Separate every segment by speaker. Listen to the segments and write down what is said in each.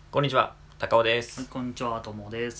Speaker 1: こんにちは、高尾です。
Speaker 2: こんにちは、ともです。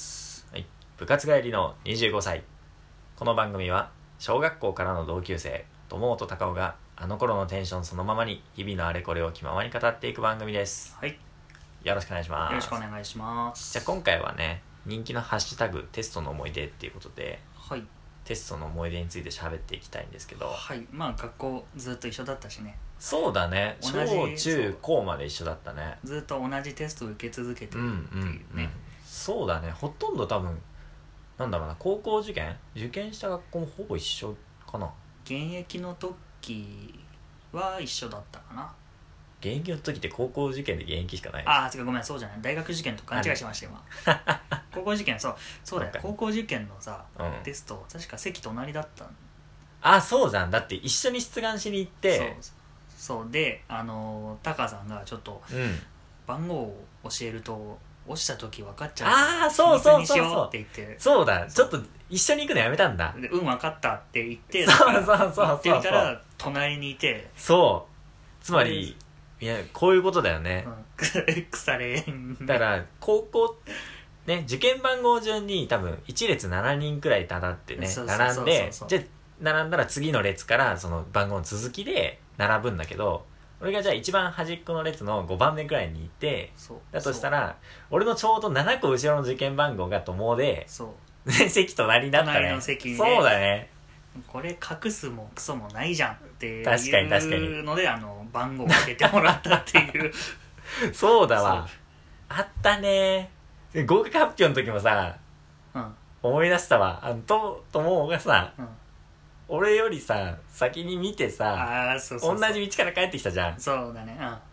Speaker 1: はい、部活帰りの25歳。この番組は小学校からの同級生、友と高尾があの頃のテンションそのままに日々のあれこれを気ままに語っていく番組です。
Speaker 2: はい。
Speaker 1: よろしくお願いします。
Speaker 2: よろしくお願いします。
Speaker 1: じゃあ今回はね、人気のハッシュタグテストの思い出っていうことで、
Speaker 2: はい。
Speaker 1: テストの思い出について喋っていきたいんですけど、
Speaker 2: はい。まあ学校ずっと一緒だったしね。
Speaker 1: そうだね、
Speaker 2: 同
Speaker 1: 小
Speaker 2: じ
Speaker 1: 中高まで一緒だったね。
Speaker 2: ずっと同じテストを受け続けてるっていうね。
Speaker 1: そうだね、ほとんど多分なんだろうな、高校受験した学校もほぼ一緒かな。
Speaker 2: 現役の時は一緒だったかな。
Speaker 1: 現役の時って高校受験で現役しかない。
Speaker 2: ああ、違う、ごめん、そうじゃない。大学受験と勘違いしました今。高校受験、そうだよ。高校受験のさ、テスト確か席隣だったん。
Speaker 1: あ、そうじゃん。だって一緒に出願しに行って、
Speaker 2: そうで、タカさんがちょっと番号を教えると落ちた時分かっちゃう、
Speaker 1: ああ、そうそうそう
Speaker 2: そうって言って、
Speaker 1: そうだ、ちょっと一緒に行くのやめたんだ。
Speaker 2: で分かったって言って、
Speaker 1: そう
Speaker 2: って言ったら隣にいて、
Speaker 1: そうつまりいやこういうことだよね、
Speaker 2: 腐れん
Speaker 1: だから高校ね、受験番号順に多分1列7人くらいただってね、並んで、じゃあ並んだら次の列からその番号の続きで並ぶんだけど、俺がじゃあ一番端っこの列の5番目くらいにいて、だとしたら俺のちょうど7個後ろの受験番号が友で、席隣だったね。
Speaker 2: 隣の席にね、
Speaker 1: そうだね、
Speaker 2: これ隠すもクソもないじゃんっていうので番号を開けてもらったっていう
Speaker 1: そうだわ、あったね。合格発表の時もさ、思い出したわ。友がさ、俺よりさ先に見てさ、同じ道から帰ってきたじゃん。
Speaker 2: そうだね。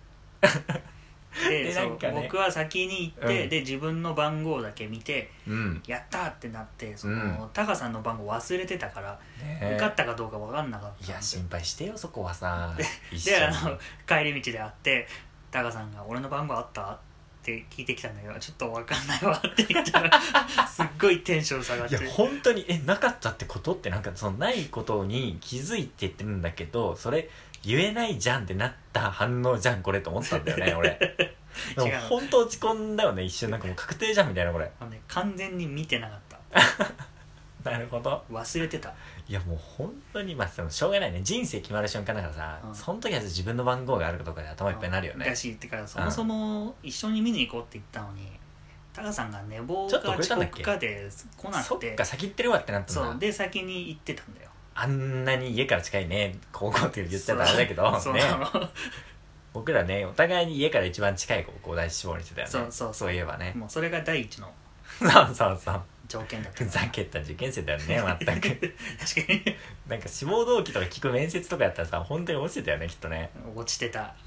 Speaker 2: でなんか、ね、僕は先に行って、で自分の番号だけ見て、やったーってなって、タカさんの番号忘れてたから、受かったかどうか分かんなかった。
Speaker 1: いや心配してよそこはさ。
Speaker 2: で帰り道で会って、タカさんが俺の番号あったって聞いてきたんだけど、ちょっと分かんないわって言ったらすっごいテンション下がって、
Speaker 1: いや本当になかったってことって、なんかそのないことに気づいてってるんだけど、それ言えないじゃんってなった反応じゃんこれと思ったんだよね俺。でも本当落ち込んだよね一瞬。なんかもう確定じゃんみたいなこれ。
Speaker 2: 完全に見てなかった
Speaker 1: なるほど、
Speaker 2: 忘れてた。
Speaker 1: いやもう本当にしょうがないね、人生決まる瞬間だからさ、その時は自分の番号があるかどうかで頭いっぱいになるよね。
Speaker 2: だし、ってからそもそも一緒に見に行こうって言ったのに、タカさんが寝坊か遅刻かで来なくて、
Speaker 1: そっか先行ってるわってなったんだ。
Speaker 2: そうで先に行ってたんだよ。
Speaker 1: あんなに家から近いね高校って言っちゃったらあれだけどね、僕らねお互いに家から一番近い高校を第一志望にしてたよね。そういえばね、
Speaker 2: もうそれが第一の
Speaker 1: そう
Speaker 2: 条件だった。
Speaker 1: ふざけた受験生だよね全く。
Speaker 2: 確かに
Speaker 1: なんか志望動機とか聞く面接とかやったらさ、本当に落ちてたよねきっとね。
Speaker 2: 落ちてた。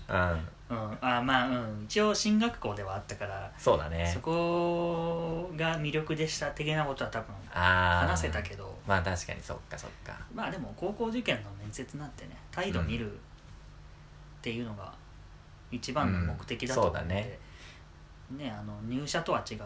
Speaker 2: 一応進学校ではあったから、
Speaker 1: そうだね、
Speaker 2: そこが魅力でした的なことは多分話せたけど、
Speaker 1: まあ確かにそっか。
Speaker 2: まあでも高校受験の面接なんてね、態度見るっていうのが一番の目的だと思って、ね、入社とは違うから、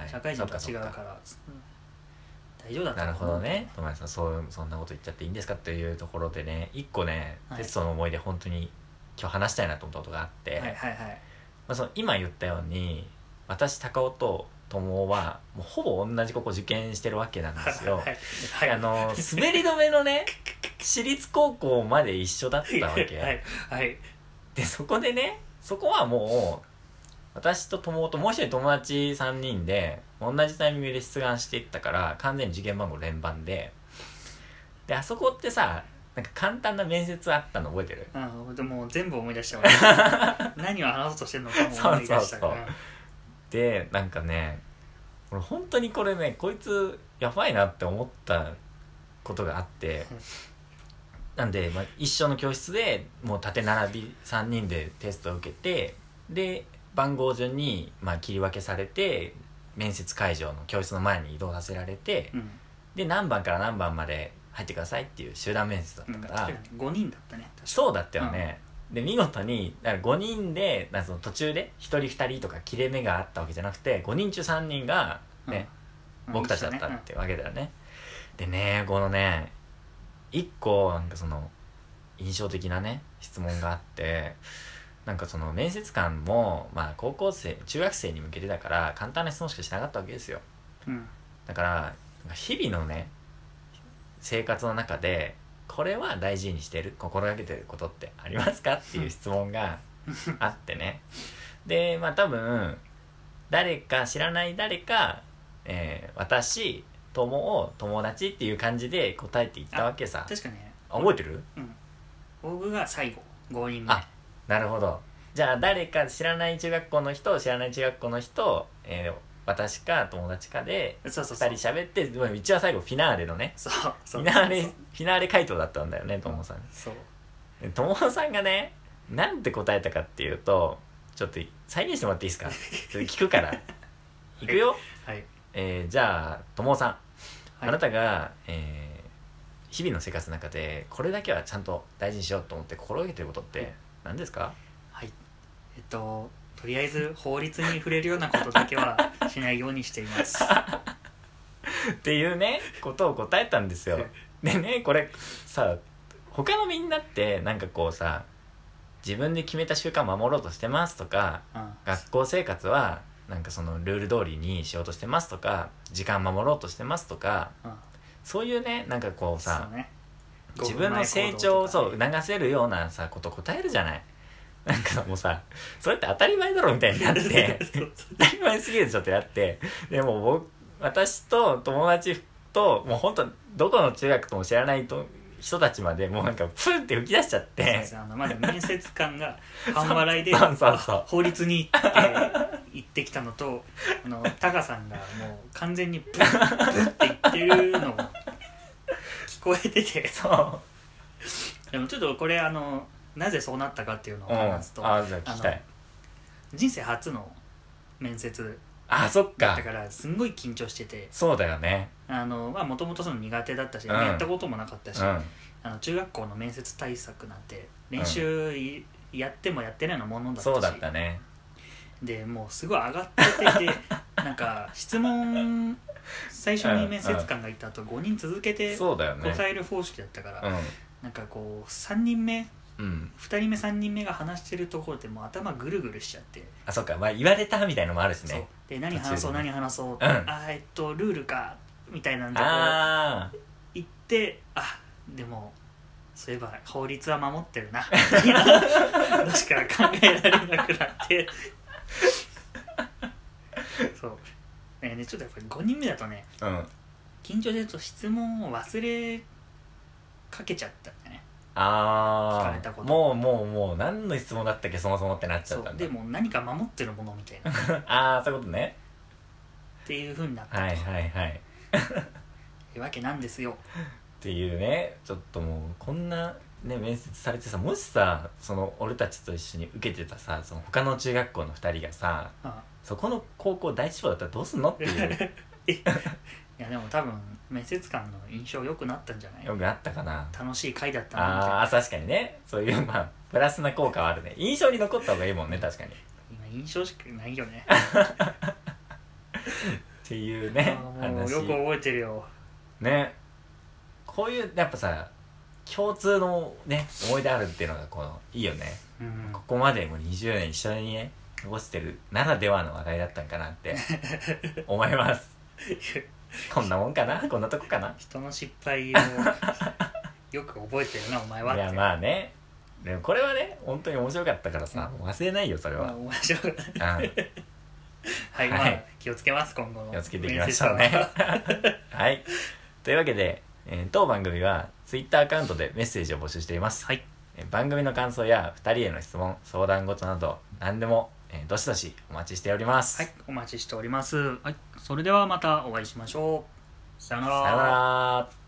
Speaker 2: 社会人とは違うから大丈夫だった。
Speaker 1: なるほどね。友達さんそんなこと言っちゃっていいんですかっていうところでね、一個ね、テストの思い出本当に今日話したいなと思ったことがあって、その今言ったように私高尾と友はもうほぼ同じ高校受験してるわけなんですよ。滑り止めのね私立高校まで一緒だったわけ。でそこでね、そこはもう私と友ともう一人友達3人で同じタイミングで出願していったから完全に受験番号連番で、あそこってさ、なんか簡単な面接あったの覚えてる？
Speaker 2: でも全部思い出したわ何を話そうとしてるのかも思い出したから。
Speaker 1: でなんかね、俺本当にこれね、こいつやばいなって思ったことがあってなんで、一緒の教室でもう縦並び3人でテストを受けて、で番号順に切り分けされて面接会場の教室の前に移動させられて、で何番から何番まで入ってくださいっていう集団面接だったから、
Speaker 2: 5人だったね。
Speaker 1: そうだったよね、で見事にだから5人でその途中で1人2人とか切れ目があったわけじゃなくて、5人中3人がね、僕たちだったってわけだよね。でね、このね1個なんかその印象的なね質問があって、 なんかその面接官も、まあ、高校生中学生に向けてだから簡単な質問しかしなかったわけですよ、だから日々のね生活の中でこれは大事にしてる心がけてることってありますかっていう質問があってねでまあ多分知らない誰か、私友達っていう感じで答えていったわけさ。
Speaker 2: 確かね。
Speaker 1: 覚えてる？
Speaker 2: 僕が最後5人目。
Speaker 1: なるほど。じゃあ誰か知らない中学校の人、私か友達かで2人喋って、うちは最後フィナーレのね、フィナーレ回答だったんだよね、友さん。友さんがね、なんて答えたかっていうと、ちょっと再現してもらっていいですか？ちょっと聞くからいくよ、
Speaker 2: はい。
Speaker 1: じゃあ友さん、あなたが、日々の生活の中でこれだけはちゃんと大事にしようと思って心がけてることって何ですか？
Speaker 2: はい、とりあえず法律に触れるようなことだけはしないようにしています
Speaker 1: っていうねことを答えたんですよ。でね、これさ、他のみんなってなんかこうさ、自分で決めた習慣守ろうとしてますとか、学校生活はなんかそのルール通りにしようとしてますとか、時間守ろうとしてますとか、そういうね、なんかこうさ、自分の成長を促せるようなさこと答えるじゃない。なんかもうさ、それって当たり前だろみたいになって当たり前すぎるでしょってなって、でも私と友達ともう本当どこの中学とも知らない人たちまでもうなんかプンって吹き出しちゃって、
Speaker 2: まだ面接官が半笑いで法律にって言ってきたのと、タカさんがもう完全にブッって言ってるのも聞こえててでもちょっとこれなぜそうなったかっていうのを話すと、
Speaker 1: じゃあ聞きたい。
Speaker 2: 人生初の面接
Speaker 1: そっか
Speaker 2: だからすんごい緊張してて。
Speaker 1: そうだよね。
Speaker 2: もともと苦手だったし、やったこともなかったし、中学校の面接対策なんて練習やってもやってないようなものだったし、
Speaker 1: そうだったね。
Speaker 2: でもうすごい上がっててなんか質問最初に面接官がいた後5人続けて答える方式だったから、なんかこう3人目2人目3人目が話してるところでもう頭ぐるぐるしちゃって、
Speaker 1: そっか、まあ言われたみたいのもあるしね。
Speaker 2: で何話そう、ルールかみたいなんで言って、でもそういえば法律は守ってるなみたいなのしか考えられなくなってそうね、ちょっとやっぱり5人目だとね、緊張してると質問を忘れかけちゃったんだね。聞かれたこと
Speaker 1: もう何の質問だったっけそもそもってなっちゃったんだ。
Speaker 2: でも何か守ってるものみたい
Speaker 1: なそういうことね
Speaker 2: っていう風になったというわけなんですよ
Speaker 1: っていうね。ちょっともうこんなね面接されてさ、もしさその俺たちと一緒に受けてたさ、その他の中学校の2人がさ、そこの高校第一志望だったらどうすんのっていう
Speaker 2: いやでも多分面接官の印象良くなったんじゃない？
Speaker 1: 良くなったかな。
Speaker 2: 楽しい回だったな。
Speaker 1: 確かにね、そういうまあプラスな効果はあるね。印象に残った方がいいもんね、確かに。
Speaker 2: 今印象しかないよね
Speaker 1: っていうね
Speaker 2: もうよく覚えてるよ
Speaker 1: ね。こういうやっぱさ共通のね思い出あるっていうのがいいよね、ここまでもう20年一緒にね過ごしてるならではの話題だったんかなって思いますこんなもんかな、こんなとこかな。
Speaker 2: 人の失敗をよく覚えてるなお前はって。
Speaker 1: いやまあね、でもこれはね本当に面白かったからさ、もう忘れないよそれは。
Speaker 2: 面白かったはい、まあ気をつけます、今後の
Speaker 1: 気をつけていきましょうねはい、というわけで、当番組は Twitter アカウントでメッセージを募集しています、番組の感想や2人への質問、相談事など何でもどしどしお待ちしております。
Speaker 2: はい、お待ちしております。はい、それではまたお会いしましょう。さよなら。
Speaker 1: さよなら。